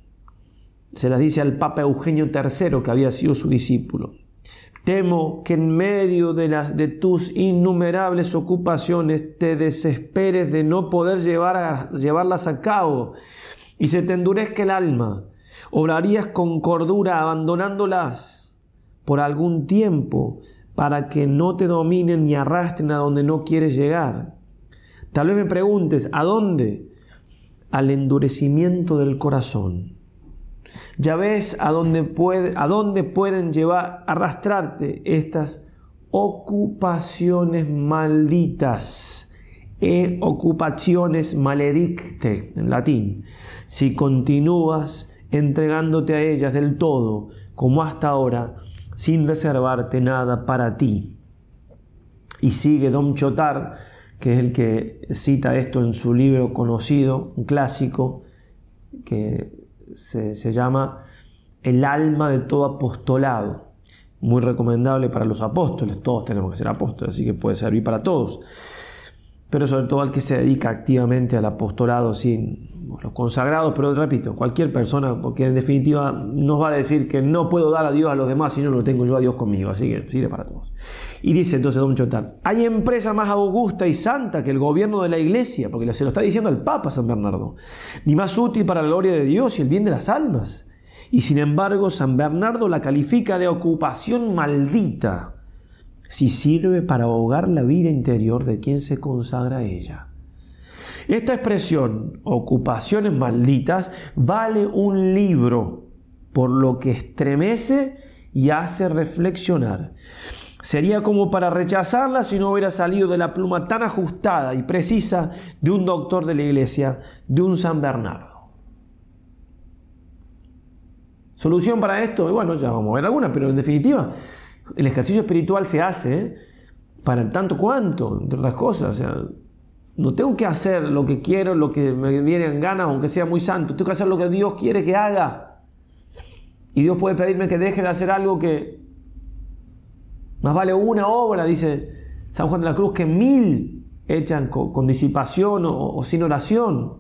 Se las dice al Papa Eugenio III, que había sido su discípulo. Temo que en medio de tus innumerables ocupaciones te desesperes de no poder llevarlas a cabo y se te endurezca el alma. Obrarías con cordura abandonándolas por algún tiempo para que no te dominen ni arrastren a donde no quieres llegar. Tal vez me preguntes, ¿a dónde? Al endurecimiento del corazón. Ya ves a dónde pueden arrastrarte estas ocupaciones malditas, ocupaciones maledicte en latín, si continúas entregándote a ellas del todo, como hasta ahora, sin reservarte nada para ti. Y sigue Dom Chotard, que es el que cita esto en su libro conocido, un clásico, que se llama El alma de todo apostolado. Muy recomendable para los apóstoles, todos tenemos que ser apóstoles, así que puede servir para todos, pero sobre todo al que se dedica activamente al apostolado, los consagrados, pero repito, cualquier persona, porque en definitiva nos va a decir que no puedo dar a Dios a los demás si no lo tengo yo a Dios conmigo, así que sirve para todos. Y dice entonces Don Chotard, hay empresa más augusta y santa que el gobierno de la Iglesia, porque se lo está diciendo al Papa San Bernardo, ni más útil para la gloria de Dios y el bien de las almas. Y sin embargo San Bernardo la califica de ocupación maldita si sirve para ahogar la vida interior de quien se consagra a ella. Esta expresión, ocupaciones malditas, vale un libro, por lo que estremece y hace reflexionar. Sería como para rechazarla si no hubiera salido de la pluma tan ajustada y precisa de un doctor de la Iglesia, de un San Bernardo. ¿Solución para esto? Y bueno, ya vamos a ver alguna, pero en definitiva, el ejercicio espiritual se hace para el tanto cuanto, entre otras cosas. O sea, no tengo que hacer lo que quiero, lo que me viene en ganas, aunque sea muy santo. Tengo que hacer lo que Dios quiere que haga. Y Dios puede pedirme que deje de hacer algo que más vale una obra, dice San Juan de la Cruz, que 1000 hechan con disipación o sin oración.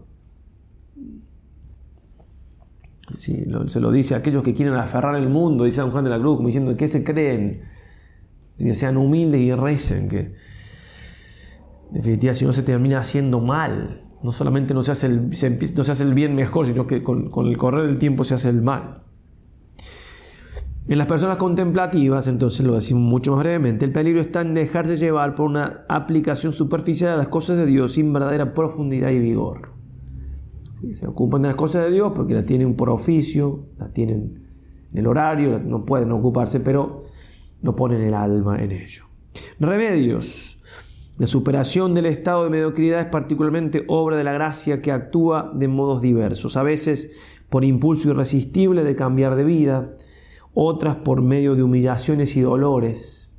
Sí, se lo dice a aquellos que quieren aferrar el mundo, dice San Juan de la Cruz, como diciendo, ¿qué se creen? Que sean humildes y recen, que en definitiva si no se termina haciendo mal. No solamente no se hace el bien mejor, sino que con el correr del tiempo se hace el mal. En las personas contemplativas, entonces lo decimos mucho más brevemente, el peligro está en dejarse llevar por una aplicación superficial a las cosas de Dios sin verdadera profundidad y vigor. ¿Sí? Se ocupan de las cosas de Dios porque las tienen por oficio, las tienen en el horario, no pueden ocuparse, pero no ponen el alma en ello. Remedios. La superación del estado de mediocridad es particularmente obra de la gracia que actúa de modos diversos, a veces por impulso irresistible de cambiar de vida, otras por medio de humillaciones y dolores.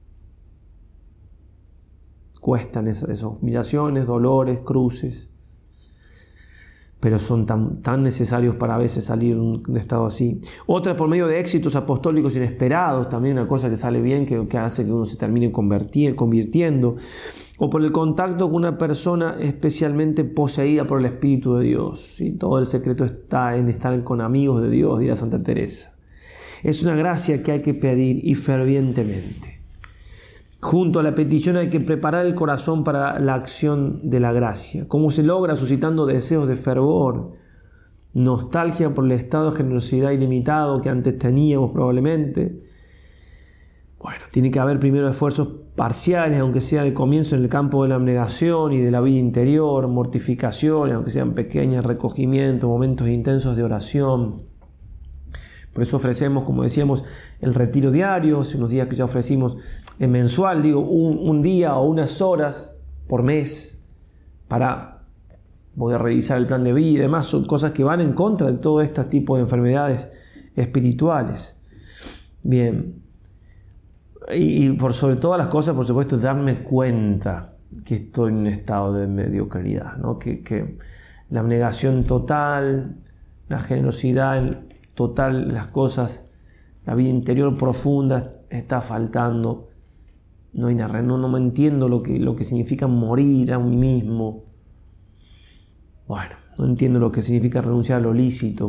Cuestan esas humillaciones, dolores, cruces, pero son tan necesarios para a veces salir de un estado así. Otras por medio de éxitos apostólicos inesperados, también una cosa que sale bien, que hace que uno se termine convirtiendo, o por el contacto con una persona especialmente poseída por el Espíritu de Dios. ¿Sí? Todo el secreto está en estar con amigos de Dios, dirá Santa Teresa. Es una gracia que hay que pedir y fervientemente. Junto a la petición hay que preparar el corazón para la acción de la gracia. ¿Cómo se logra? Suscitando deseos de fervor, nostalgia por el estado de generosidad ilimitado que antes teníamos probablemente. Bueno, tiene que haber primero esfuerzos parciales, aunque sea de comienzo en el campo de la abnegación y de la vida interior, mortificaciones, aunque sean pequeñas, recogimientos, momentos intensos de oración. Por eso ofrecemos, como decíamos, el retiro diario, hace unos días que ya ofrecimos mensual, un día o unas horas por mes para poder revisar el plan de vida y demás. Son cosas que van en contra de todo este tipo de enfermedades espirituales. Bien. Y por sobre todas las cosas, por supuesto, darme cuenta que estoy en un estado de mediocridad, ¿no? Que la abnegación total, la generosidad total, las cosas, la vida interior profunda está faltando. No me entiendo lo que significa morir a mí mismo. Bueno, no entiendo lo que significa renunciar a lo lícito.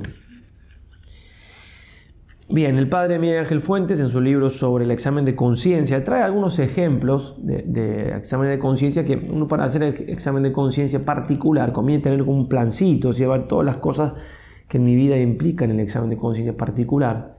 Bien, el padre Miguel Ángel Fuentes, en su libro sobre el examen de conciencia, trae algunos ejemplos de examen de conciencia que uno, para hacer el examen de conciencia particular, conviene tener un plancito, llevar todas las cosas que en mi vida implican el examen de conciencia particular.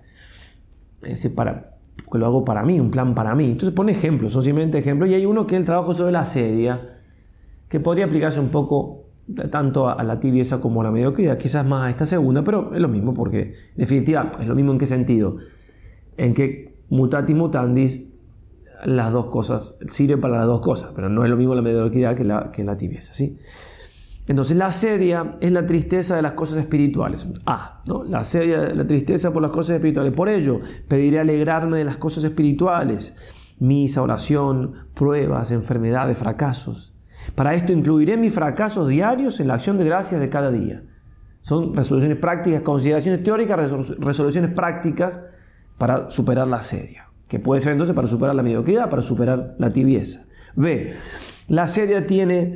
Que lo hago para mí, un plan para mí. Entonces pone ejemplos, son simplemente ejemplos. Y hay uno que es el trabajo sobre la asedia, que podría aplicarse un poco tanto a la tibieza como a la mediocridad, quizás más a esta segunda, pero es lo mismo, porque en definitiva es lo mismo. ¿En qué sentido? En que mutatis mutandis, las dos cosas sirven para las dos cosas, pero no es lo mismo la mediocridad que la tibieza, ¿sí? Entonces la asedia es la tristeza de las cosas espirituales. ¿No? La asedia, la tristeza por las cosas espirituales. Por ello, pediré alegrarme de las cosas espirituales. Misa, oración, pruebas, enfermedades, fracasos. Para esto incluiré mis fracasos diarios en la acción de gracias de cada día. Son resoluciones prácticas, consideraciones teóricas, resoluciones prácticas para superar la asedia. Que puede ser entonces para superar la mediocridad, para superar la tibieza. B. La asedia tiende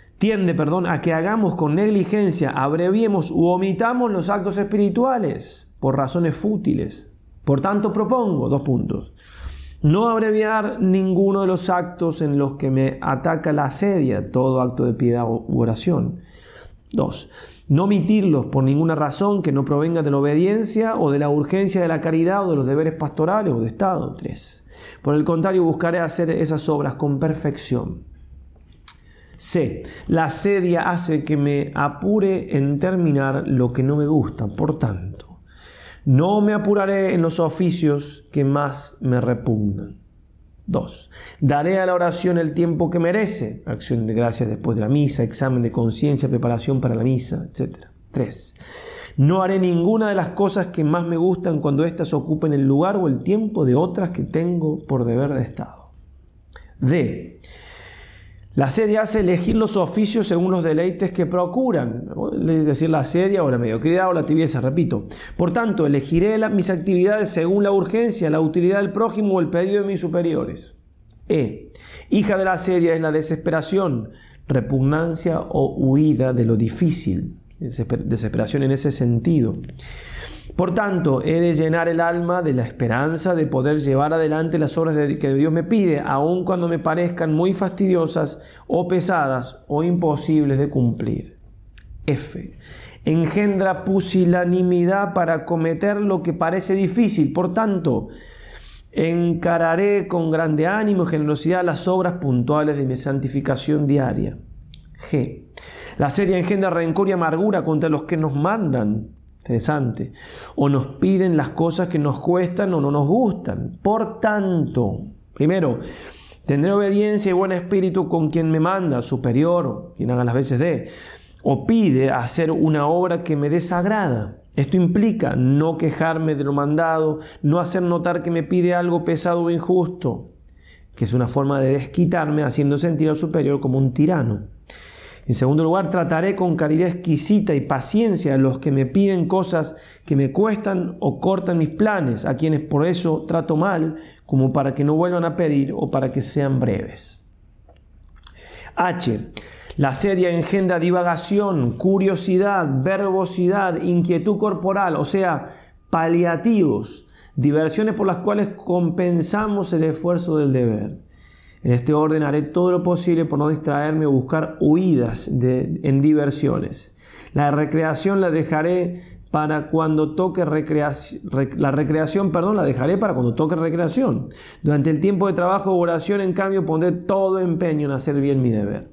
a que hagamos con negligencia, abreviemos u omitamos los actos espirituales por razones fútiles. Por tanto, propongo, 2 puntos. No abreviar ninguno de los actos en los que me ataca la asedia, todo acto de piedad u oración. 2. No omitirlos por ninguna razón que no provenga de la obediencia o de la urgencia de la caridad o de los deberes pastorales o de Estado. 3. Por el contrario, buscaré hacer esas obras con perfección. C. La asedia hace que me apure en terminar lo que no me gusta. Por tanto, no me apuraré en los oficios que más me repugnan. 2. Daré a la oración el tiempo que merece. Acción de gracias después de la misa, examen de conciencia, preparación para la misa, etc. 3. No haré ninguna de las cosas que más me gustan cuando éstas ocupen el lugar o el tiempo de otras que tengo por deber de Estado. D. La asedia hace elegir los oficios según los deleites que procuran, es decir, la asedia o la mediocridad o la tibieza, repito. Por tanto, elegiré mis actividades según la urgencia, la utilidad del prójimo o el pedido de mis superiores. E. Hija de la asedia es la desesperación, repugnancia o huida de lo difícil, desesperación en ese sentido. Por tanto, he de llenar el alma de la esperanza de poder llevar adelante las obras que Dios me pide, aun cuando me parezcan muy fastidiosas o pesadas o imposibles de cumplir. F. Engendra pusilanimidad para acometer lo que parece difícil. Por tanto, encararé con grande ánimo y generosidad las obras puntuales de mi santificación diaria. G. La asedia engendra rencor y amargura contra los que nos mandan. Interesante. O nos piden las cosas que nos cuestan o no nos gustan. Por tanto, primero, Tendré obediencia y buen espíritu con quien me manda, superior, quien haga las veces de, o pide hacer una obra que me desagrada. Esto implica no quejarme de lo mandado, no hacer notar que me pide algo pesado o injusto, que es una forma de desquitarme haciendo sentir al superior como un tirano. En segundo lugar, trataré con caridad exquisita y paciencia a los que me piden cosas que me cuestan o cortan mis planes, a quienes por eso trato mal, como para que no vuelvan a pedir o para que sean breves. H. La asedia engendra divagación, curiosidad, verbosidad, inquietud corporal, o sea, paliativos, diversiones por las cuales compensamos el esfuerzo del deber. En este orden haré todo lo posible por no distraerme o buscar huidas en diversiones. La recreación la dejaré para cuando toque recreación. La dejaré para cuando toque recreación. Durante el tiempo de trabajo o oración, en cambio, pondré todo empeño en hacer bien mi deber.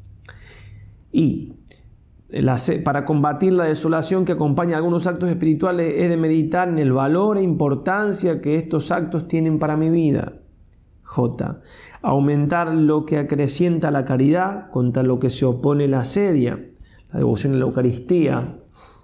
Y para combatir la desolación que acompaña a algunos actos espirituales, he de meditar en el valor e importancia que estos actos tienen para mi vida. J. Aumentar lo que acrecienta la caridad contra lo que se opone la asedia, la devoción a la Eucaristía.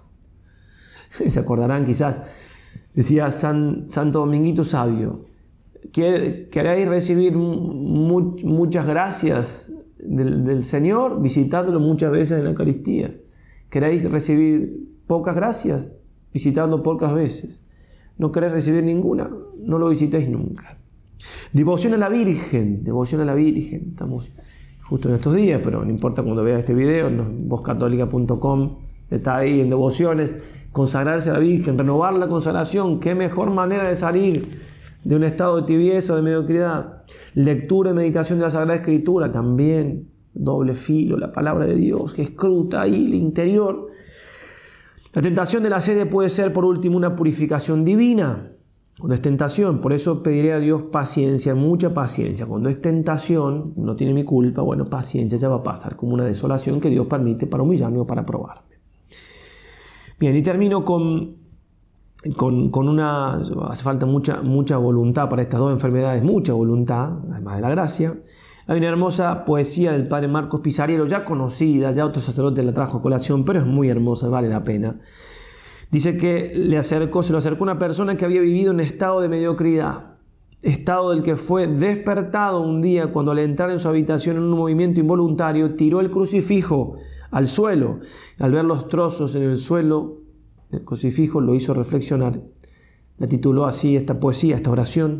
Se acordarán quizás, decía Santo Dominguito Sabio, ¿queréis recibir muchas gracias del Señor? Visitadlo muchas veces en la Eucaristía. ¿Queréis recibir pocas gracias? Visitadlo pocas veces. ¿No queréis recibir ninguna? No lo visitéis nunca. Devoción a la Virgen, estamos justo en estos días, pero no importa cuando veas este video, en vozcatólica.com, está ahí en devociones, consagrarse a la Virgen, renovar la consagración, qué mejor manera de salir de un estado de tibieza o de mediocridad. Lectura y meditación de la Sagrada Escritura, también doble filo, la palabra de Dios que escruta ahí el interior. La tentación de la sede puede ser, por último, una purificación divina. Cuando es tentación, por eso pediré a Dios paciencia, mucha paciencia. Cuando es tentación, no tiene mi culpa, bueno, paciencia, ya va a pasar como una desolación que Dios permite para humillarme o para probarme. Bien, y termino con una, hace falta mucha voluntad para estas dos enfermedades, mucha voluntad, además de la gracia. Hay una hermosa poesía del padre Marcos Pizarriero, ya conocida, ya otro sacerdote la trajo a colación, pero es muy hermosa, vale la pena. Dice que se lo acercó una persona que había vivido en estado de mediocridad, estado del que fue despertado un día cuando al entrar en su habitación en un movimiento involuntario tiró el crucifijo al suelo. Al ver los trozos en el suelo del crucifijo lo hizo reflexionar. La tituló así esta poesía, esta oración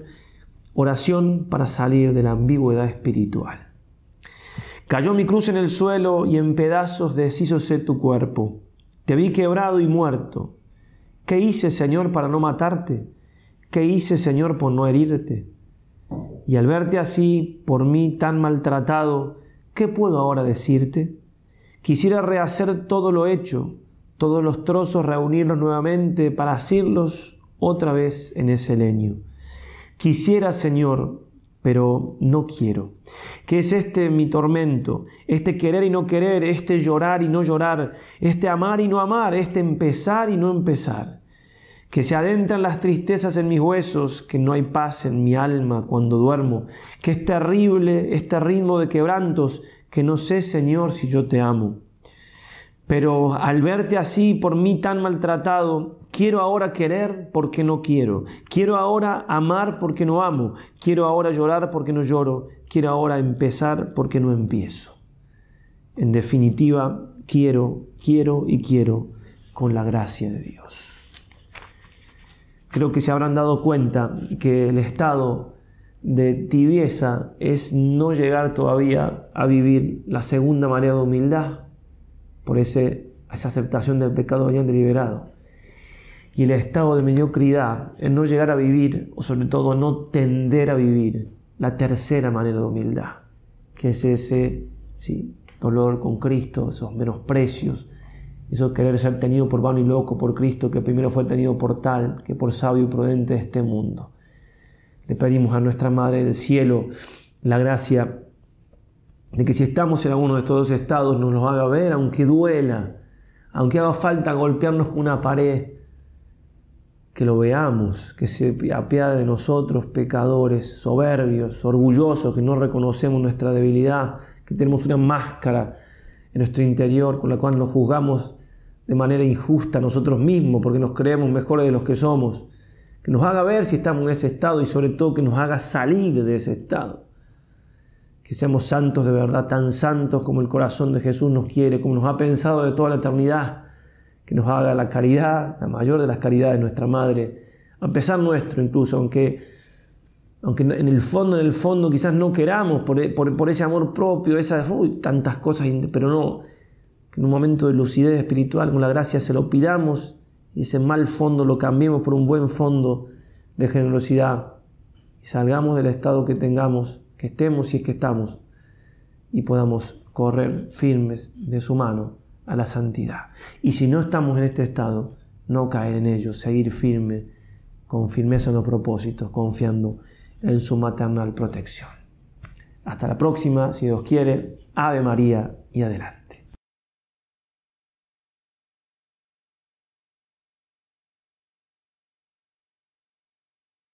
para salir de la ambigüedad espiritual. Cayó mi cruz en el suelo y en pedazos deshízose tu cuerpo. Te vi quebrado y muerto. ¿Qué hice, Señor, para no matarte? ¿Qué hice, Señor, por no herirte? Y al verte así, por mí tan maltratado, ¿qué puedo ahora decirte? Quisiera rehacer todo lo hecho, todos los trozos reunirlos nuevamente para asirlos otra vez en ese leño. Quisiera, Señor, pero no quiero. ¿Qué es este mi tormento? Este querer y no querer, este llorar y no llorar, este amar y no amar, este empezar y no empezar. Que se adentran las tristezas en mis huesos, que no hay paz en mi alma cuando duermo, que es terrible este ritmo de quebrantos, que no sé, Señor, si yo te amo. Pero al verte así, por mí tan maltratado, quiero ahora querer porque no quiero. Quiero ahora amar porque no amo. Quiero ahora llorar porque no lloro. Quiero ahora empezar porque no empiezo. En definitiva, quiero con la gracia de Dios. Creo que se habrán dado cuenta que el estado de tibieza es no llegar todavía a vivir la segunda marea de humildad, por esa aceptación del pecado veniente liberado. Y el estado de mediocridad es no llegar a vivir, o sobre todo no tender a vivir, la tercera manera de humildad, que es ese dolor con Cristo, esos menosprecios, eso querer ser tenido por vano y loco por Cristo, que primero fue tenido por tal, que por sabio y prudente de este mundo. Le pedimos a nuestra Madre del Cielo la gracia de que si estamos en alguno de estos dos estados nos los haga ver, aunque duela, aunque haga falta golpearnos con una pared, que lo veamos, que se apiade de nosotros, pecadores, soberbios, orgullosos, que no reconocemos nuestra debilidad, que tenemos una máscara en nuestro interior con la cual nos juzgamos de manera injusta a nosotros mismos porque nos creemos mejores de los que somos. Que nos haga ver si estamos en ese estado y sobre todo que nos haga salir de ese estado. Que seamos santos de verdad, tan santos como el corazón de Jesús nos quiere, como nos ha pensado de toda la eternidad. Que nos haga la caridad, la mayor de las caridades de nuestra Madre, a pesar nuestro incluso, aunque en el fondo quizás no queramos por ese amor propio, esas tantas cosas, pero no, que en un momento de lucidez espiritual con la gracia se lo pidamos y ese mal fondo lo cambiemos por un buen fondo de generosidad y salgamos del estado que tengamos, que estemos si es que estamos, y podamos correr firmes de su mano a la santidad. Y si no estamos en este estado, no caer en ello, seguir firme, con firmeza en los propósitos, confiando en su maternal protección. Hasta la próxima, si Dios quiere. Ave María y adelante.